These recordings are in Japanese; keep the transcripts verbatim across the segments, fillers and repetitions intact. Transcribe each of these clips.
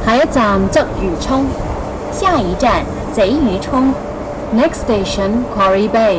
下一站鰂魚涌，下一站賊魚涌。Next station, Quarry Bay。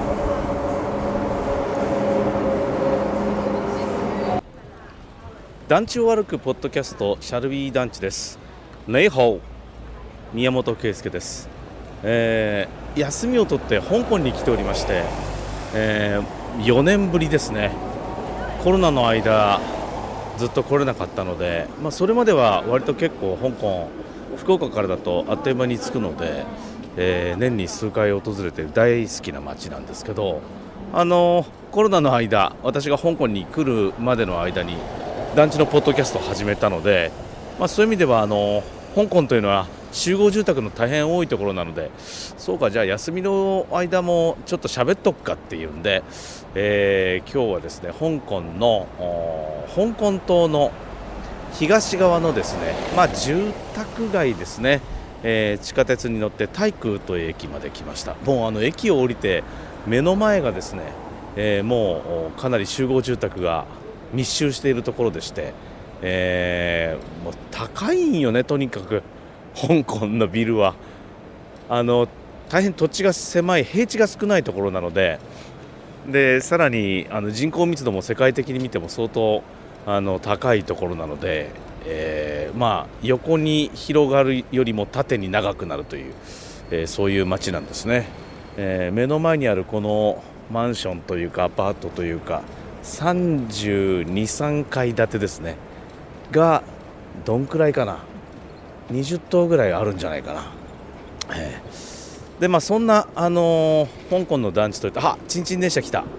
団地を歩くポッドキャストシャルビー団地です。ネイホー、宮本圭介です。えー、休みを取って香港に来ておりまして、えー、よねんぶりですね。コロナの間ずっと来れなかったので、まあ、それまでは割と結構香港福岡からだとあっという間に着くので、えー、年に数回訪れて大好きな街なんですけど、あのコロナの間、私が香港に来るまでの間に団地のポッドキャストを始めたので、まあ、そういう意味ではあの香港というのは集合住宅の大変多いところなので、そうか、じゃあ休みの間もちょっと喋っとくかっていうんで、えー、今日はですね、香港の香港島の東側のですね、まあ、住宅街ですね、えー、地下鉄に乗って台空という駅まで来ました。もうあの駅を降りて目の前がですね、えー、もうかなり集合住宅が密集しているところでして、えー、もう高いんよね。とにかく香港のビルはあの大変土地が狭い、平地が少ないところなので、でさらにあの人口密度も世界的に見ても相当あの高いところなので、えー、まあ横に広がるよりも縦に長くなるという、えー、そういう街なんですね。えー、目の前にあるこのマンションというかアパートというかさんじゅうに、さんかい建てですねがどんくらいかな、にじゅっ棟ぐらいあるんじゃないかな。えー、でまあそんな、あのー、香港の団地といった、あ、チンチン電車来た。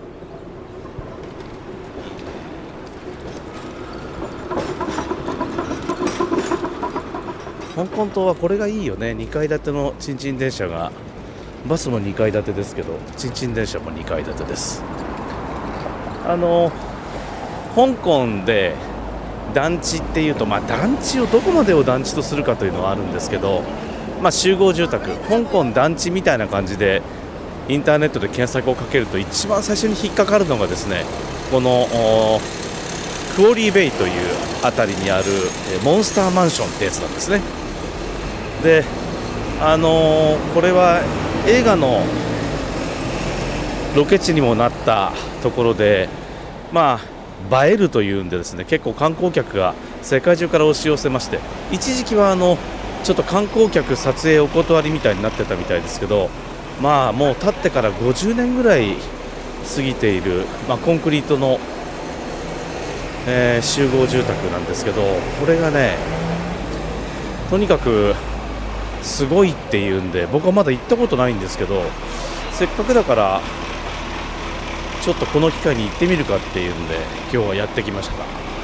香港島はこれがいいよね。にかい建てのチンチン電車が、バスもにかい建てですけどチンチン電車もにかい建てです。あのー、香港で団地っていうと、まあ、団地をどこまでを団地とするかというのはあるんですけど、まあ、集合住宅、香港団地みたいな感じでインターネットで検索をかけると一番最初に引っかかるのがですね、このクォーリーベイというあたりにあるモンスターマンションってやつなんですね。で、あのー、これは映画のロケ地にもなったところで、まあ映えるというんでですね、結構観光客が世界中から押し寄せまして、一時期はあのちょっと観光客撮影お断りみたいになってたみたいですけど、まあもう建ってからごじゅうねんぐらい過ぎている、まあ、コンクリートの、えー、集合住宅なんですけど、これがねとにかくすごいっていうんで、僕はまだ行ったことないんですけど、せっかくだからちょっとこの機会に行ってみるかっていうんで今日はやってきました。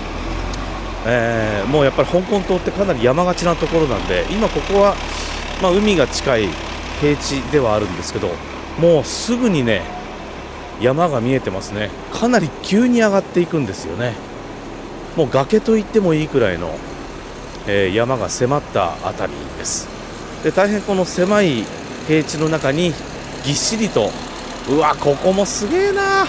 えー、もうやっぱり香港島ってかなり山がちなところなんで、今ここは、まあ、海が近い平地ではあるんですけど、もうすぐにね山が見えてますね。かなり急に上がっていくんですよね。もう崖と言ってもいいくらいの、えー、山が迫ったあたりです。で大変この狭い平地の中にぎっしりと、うわ、ここもすげえな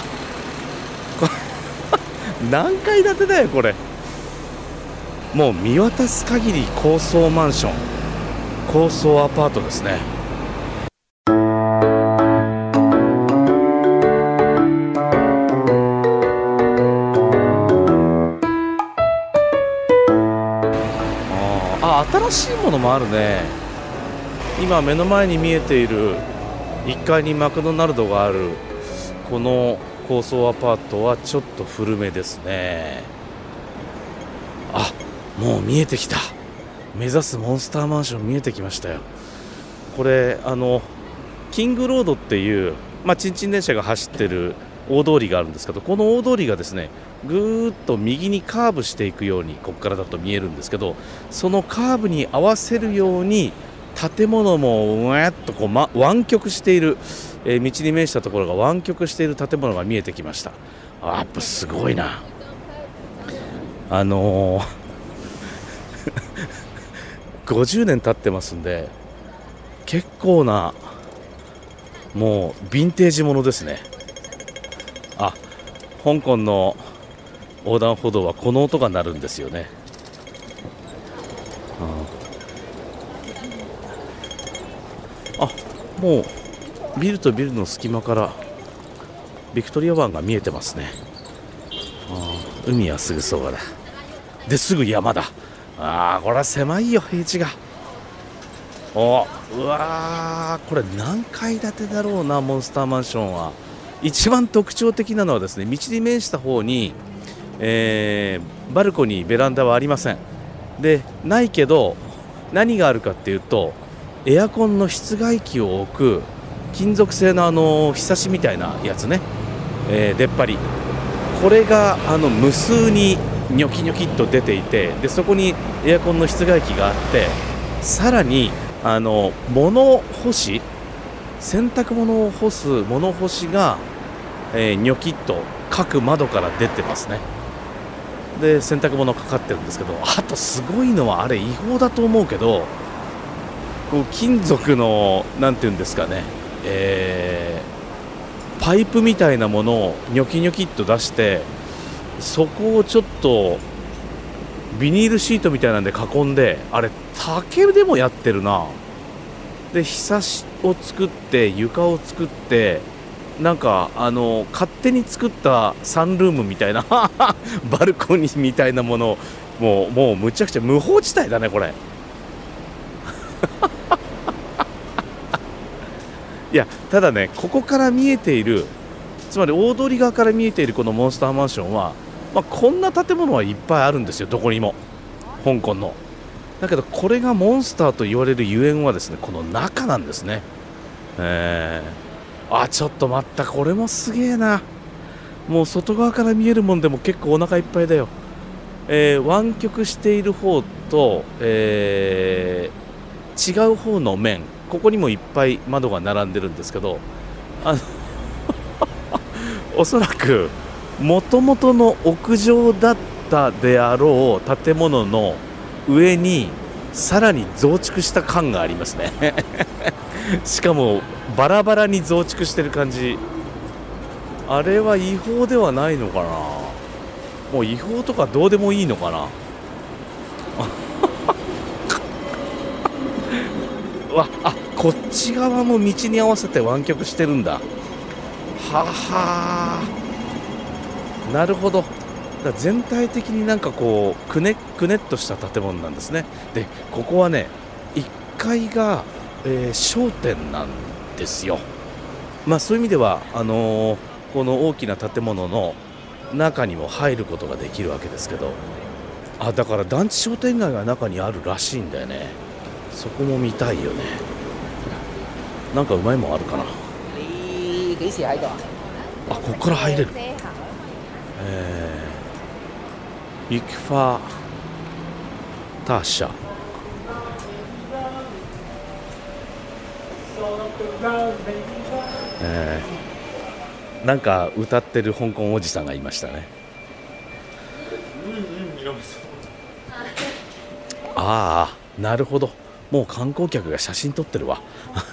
何階建てだよこれ。もう見渡す限り高層マンション、高層アパートですね。ああ、新しいものもあるね。今目の前に見えているいっかいにマクドナルドがあるこの高層アパートはちょっと古めですね。あ、もう見えてきた。目指すモンスターマンション見えてきましたよ。これあのキングロードっていう、まあ、チンチン電車が走ってる大通りがあるんですけど、この大通りがですねぐーっと右にカーブしていくようにここからだと見えるんですけど、そのカーブに合わせるように建物もうわっとこう、ま、湾曲している、えー、道に面したところが湾曲している建物が見えてきました。あ、やっぱすごいな。あのー、ごじゅうねん経ってますんで、結構なもうヴィンテージものですね。あ、香港の横断歩道はこの音が鳴るんですよね。 もうビルとビルの隙間からビクトリア湾が見えてますね。あ海はすぐそばだ。ですぐ山だ。あーこれは狭いよ平地が。おうわーこれ何階建てだろうな。モンスターマンションは一番特徴的なのはですね、道に面した方に、えー、バルコニーベランダはありません。でないけど何があるかっていうと、エアコンの室外機を置く金属製のあのひさしみたいなやつね、えー、出っ張り、これがあの無数にニョキニョキっと出ていて、でそこにエアコンの室外機があって、さらにあの物干し、洗濯物を干す物干しが、えー、ニョキっと各窓から出てますね。で洗濯物かかってるんですけど、あとすごいのはあれ違法だと思うけど、こう金属のなんていうんですかね、えー、パイプみたいなものをニョキニョキっと出して、そこをちょっとビニールシートみたいなんで囲んで、あれ竹でもやってるな。でひさしを作って床を作って、なんかあの勝手に作ったサンルームみたいなバルコニーみたいなものを、もうもうむちゃくちゃ無法地帯だねこれいやただね、ここから見えている、つまり大通り側から見えているこのモンスターマンションは、まあ、こんな建物はいっぱいあるんですよ、どこにも、香港の。だけどこれがモンスターと言われるゆえんはですね、この中なんですね。えー、あちょっと待った、これもすげえな。もう外側から見えるもんでも結構お腹いっぱいだよ。えー、湾曲している方と、えー、違う方の面、ここにもいっぱい窓が並んでるんですけど、あのおそらくもともとの屋上だったであろう建物の上にさらに増築した感がありますねしかもバラバラに増築してる感じ。あれは違法ではないのかな。もう違法とかどうでもいいのかなわあ、こっち側も道に合わせて湾曲してるんだ。ははー、なるほど。だ全体的になんかこうくねくねっとした建物なんですね。でここはねいっかいが、えー、商店なんですよ。まあそういう意味ではあのー、この大きな建物の中にも入ることができるわけですけど、あだから団地商店街が中にあるらしいんだよね。そこも見たいよね。なんかうまいもんあるかな。あ、ここから入れる。えー、イクファターシャ。えー、なんか歌ってる香港おじさんがいましたね。ああ、なるほど。もう観光客が写真撮ってるわ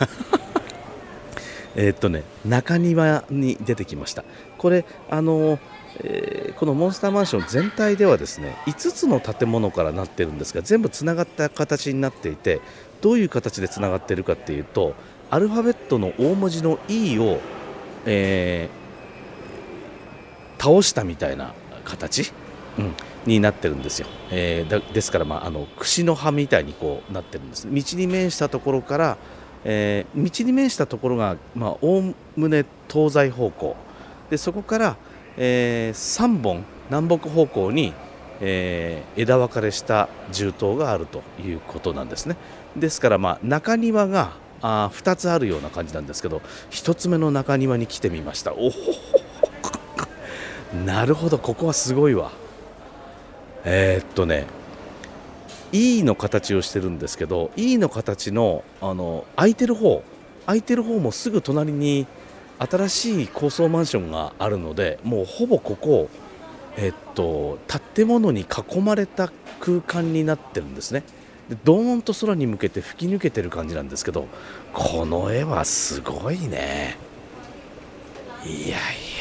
えっとね中庭に出てきました。これあの、えー、このモンスターマンション全体ではですねいつつの建物からなってるんですが、全部つながった形になっていて、どういう形でつながっているかっていうと、アルファベットの大文字の E を、えー、倒したみたいな形、うん、になってるんですよ。えー、だですから、まあ、あの櫛の葉みたいにこうなってるんです。道に面したところから、えー、道に面したところがおおむね東西方向で、そこから、えー、さんぼん南北方向に、えー、枝分かれした銃刀があるということなんですね。ですから、まあ、中庭があふたつあるような感じなんですけど、ひとつめの中庭に来てみました。おほほほなるほど、ここはすごいわ。えー、っとね E の形をしてるんですけど、 E の形の、あの空いてる方空いてる方もすぐ隣に新しい高層マンションがあるので、もうほぼここ、えっと建物に囲まれた空間になってるんですね。でドーンと空に向けて吹き抜けてる感じなんですけど、この絵はすごいね。いやいやいやいや、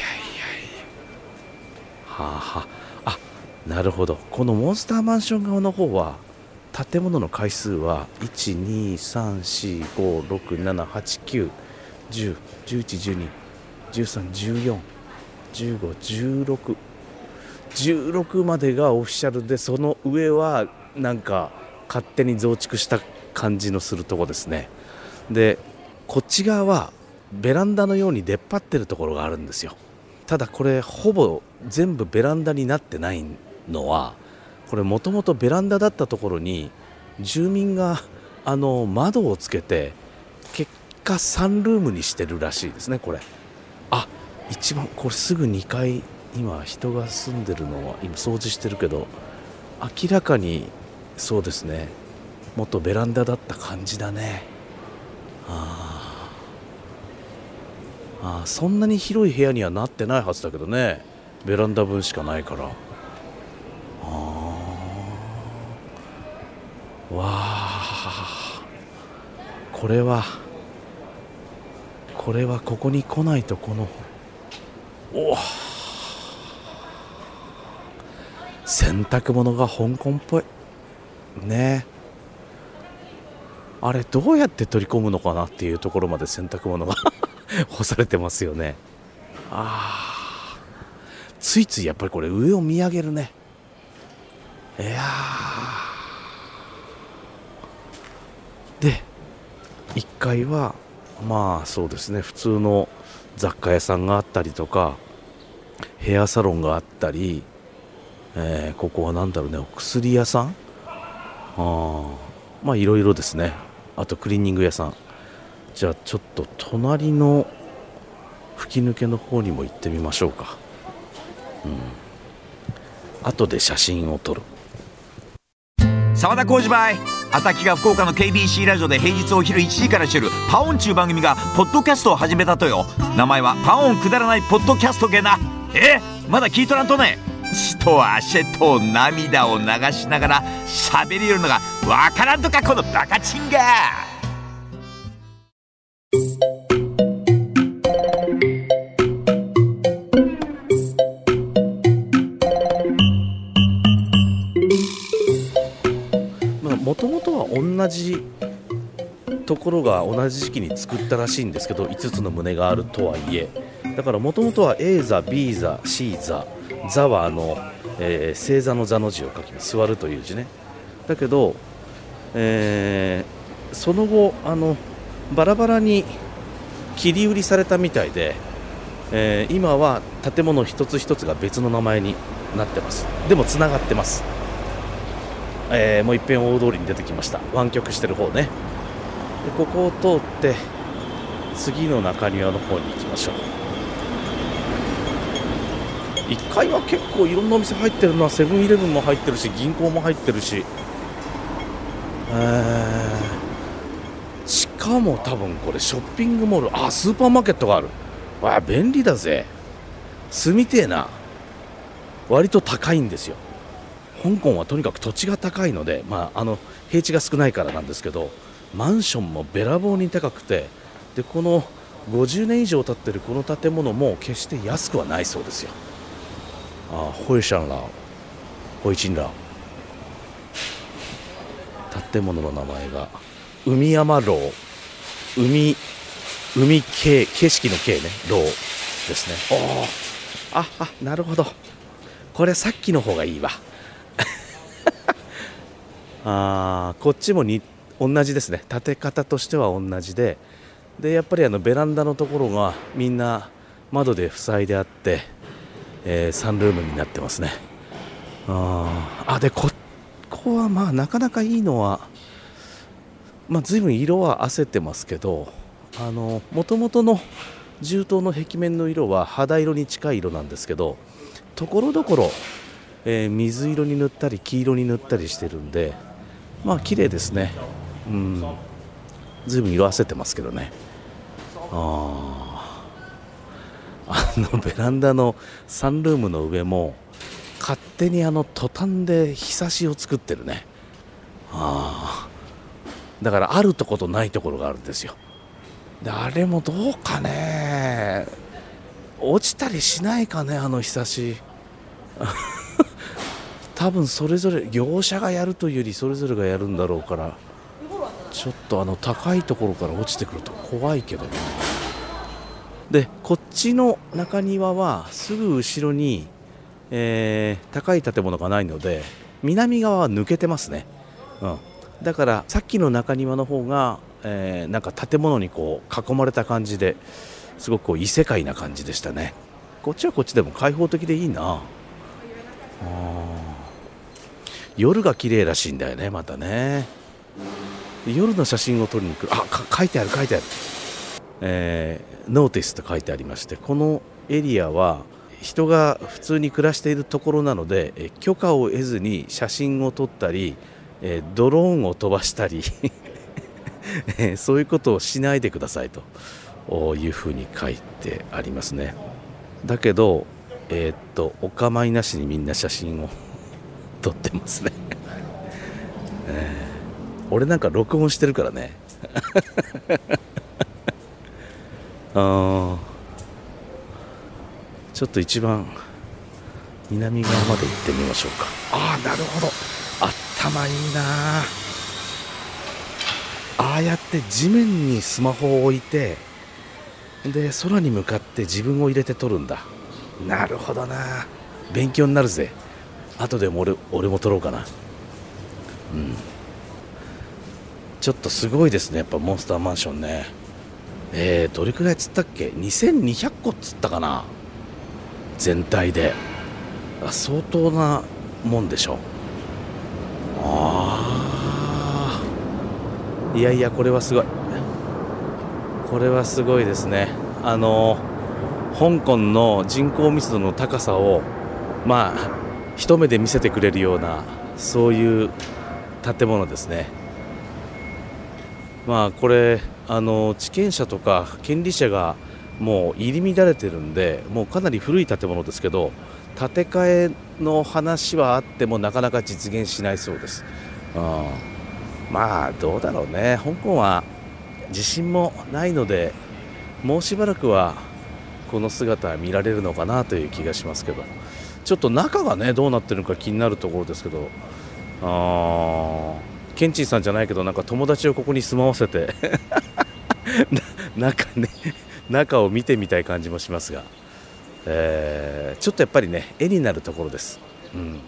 はあはあ、あなるほど。このモンスターマンション側の方は建物の階数はいち、に、さん、し、ご、ろく、なな、はち、きゅうじゅう、じゅういち、じゅうに、じゅうさん、じゅうよん、じゅうご、じゅうろく、じゅうろくまでがオフィシャルで、その上はなんか勝手に増築した感じのするとこですね。でこっち側はベランダのように出っ張ってるところがあるんですよ。ただこれほぼ全部ベランダになってないのは、これもともとベランダだったところに住民があの窓をつけて結果サンルームにしてるらしいですね。これあ一番これすぐにかい、今人が住んでるのは今掃除してるけど、明らかにそうですね、元ベランダだった感じだね。ああ、そんなに広い部屋にはなってないはずだけどね、ベランダ分しかないから。あわあ、これはこれはここに来ないと、このお洗濯物が香港っぽいね。あれどうやって取り込むのかなっていうところまで洗濯物が干されてますよね。あついついやっぱりこれ上を見上げるね。いやでいっかいはまあそうですね、普通の雑貨屋さんがあったりとかヘアサロンがあったり、えー、ここはなんだろうね、お薬屋さん、あまあいろいろですね。あとクリーニング屋さん。じゃあちょっと隣の吹き抜けの方にも行ってみましょうか。うん後で写真を撮る。 沢田浩司バイアタキが福岡の ケービーシー ラジオで平日お昼いちじからしてるパオンちゅう番組がポッドキャストを始めたとよ。名前はパオンくだらないポッドキャストげな。えまだ聞いとらんとね。血と汗と涙を流しながら喋りよるのがわからんとかこのバカチンが。 もともとは同じところが同じ時期に作ったらしいんですけど、いつつの棟があるとはいえ、だからもともとは A 座 B 座 C 座、座はあの、えー、正座の座の字を書きます。座るという字ね。だけど、えー、その後あのバラバラに切り売りされたみたいで、えー、今は建物一つ一つが別の名前になってます。でもつながってます。えー、もう一遍大通りに出てきました。湾曲してる方ね。でここを通って次の中庭の方に行きましょう。いっかいは結構いろんなお店入ってるのはセブンイレブンも入ってるし、銀行も入ってるし、えー、しかも多分これショッピングモール、あスーパーマーケットがある。わあ便利だぜ。住みてえな。割と高いんですよ。香港はとにかく土地が高いので、まあ、あの平地が少ないからなんですけど、マンションもべらぼうに高くて、でこのごじゅうねん以上経ってるこの建物も決して安くはないそうですよ。あホイシャンラーホイチンラー、建物の名前が海山楼、海海景景色の景ね、楼ですね。おああなるほど、これさっきの方がいいわあこっちもに同じですね。建て方としては同じで、でやっぱりあのベランダのところがみんな窓で塞いであって、えー、サンルームになってますね。ああでここはまあなかなかいいのは、まあ、随分色は褪せてますけど、あの元々の銃刀の壁面の色は肌色に近い色なんですけど、ところどころ、えー、水色に塗ったり黄色に塗ったりしてるんで、まあ綺麗ですね。うん、ずいぶん色褪せてますけどね。ああのベランダのサンルームの上も勝手にあのトタンでひさしを作ってるね。あだからあるとことないところがあるんですよ。であれもどうかね、落ちたりしないかね、あのひさし多分それぞれ業者がやるというよりそれぞれがやるんだろうから、ちょっとあの高いところから落ちてくると怖いけどね。 でこっちの中庭はすぐ後ろに、えー、高い建物がないので南側は抜けてますね、うん、だからさっきの中庭の方が、えー、なんか建物にこう囲まれた感じですごくこう異世界な感じでしたね。こっちはこっちでも開放的でいいな。あ夜が綺麗らしいんだよね。またね夜の写真を撮りに来る。あか書いてある書いてある、えー、ノーティスと書いてありまして、このエリアは人が普通に暮らしているところなので、え許可を得ずに写真を撮ったり、えー、ドローンを飛ばしたりえー、そういうことをしないでくださいというふうに書いてありますね。だけど、えー、っとお構いなしにみんな写真を撮ってますね、えー、俺なんか録音してるからねあちょっと一番南側まで行ってみましょうか。ああなるほど、頭いいな。ああやって地面にスマホを置いてで空に向かって自分を入れて撮るんだ。なるほどな、勉強になるぜ。後でも 俺, 俺も撮ろうかな。うんちょっとすごいですね、やっぱモンスターマンションね。えー、どれくらい釣ったっけ。にせんにひゃっこ釣ったかな全体で。あ相当なもんでしょ。ああいやいやこれはすごい、これはすごいですね。あの香港の人口密度の高さをまあ一目で見せてくれるようなそういう建物ですね。まあこれあの地権者とか権利者がもう入り乱れてるんで、もうかなり古い建物ですけど建て替えの話はあってもなかなか実現しないそうです。うん、まあどうだろうね。香港は地震もないのでもうしばらくはこの姿は見られるのかなという気がしますけど、ちょっと中がねどうなってるのか気になるところですけど、あケンチンさんじゃないけどなんか友達をここに住まわせて中ね中を見てみたい感じもしますが、えー、ちょっとやっぱりね絵になるところです。うん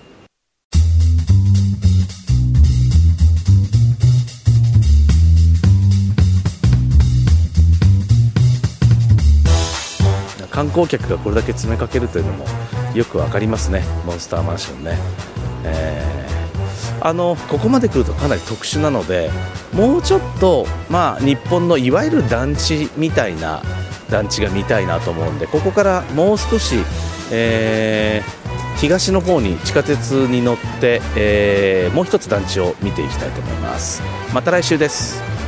観光客がこれだけ詰めかけるというのもよくわかりますね。モンスターマンションね、えー、あのここまで来るとかなり特殊なので、もうちょっと、まあ、日本のいわゆる団地みたいな団地が見たいなと思うんで、ここからもう少し、えー、東の方に地下鉄に乗って、えー、もう一つ団地を見ていきたいと思います。また来週です。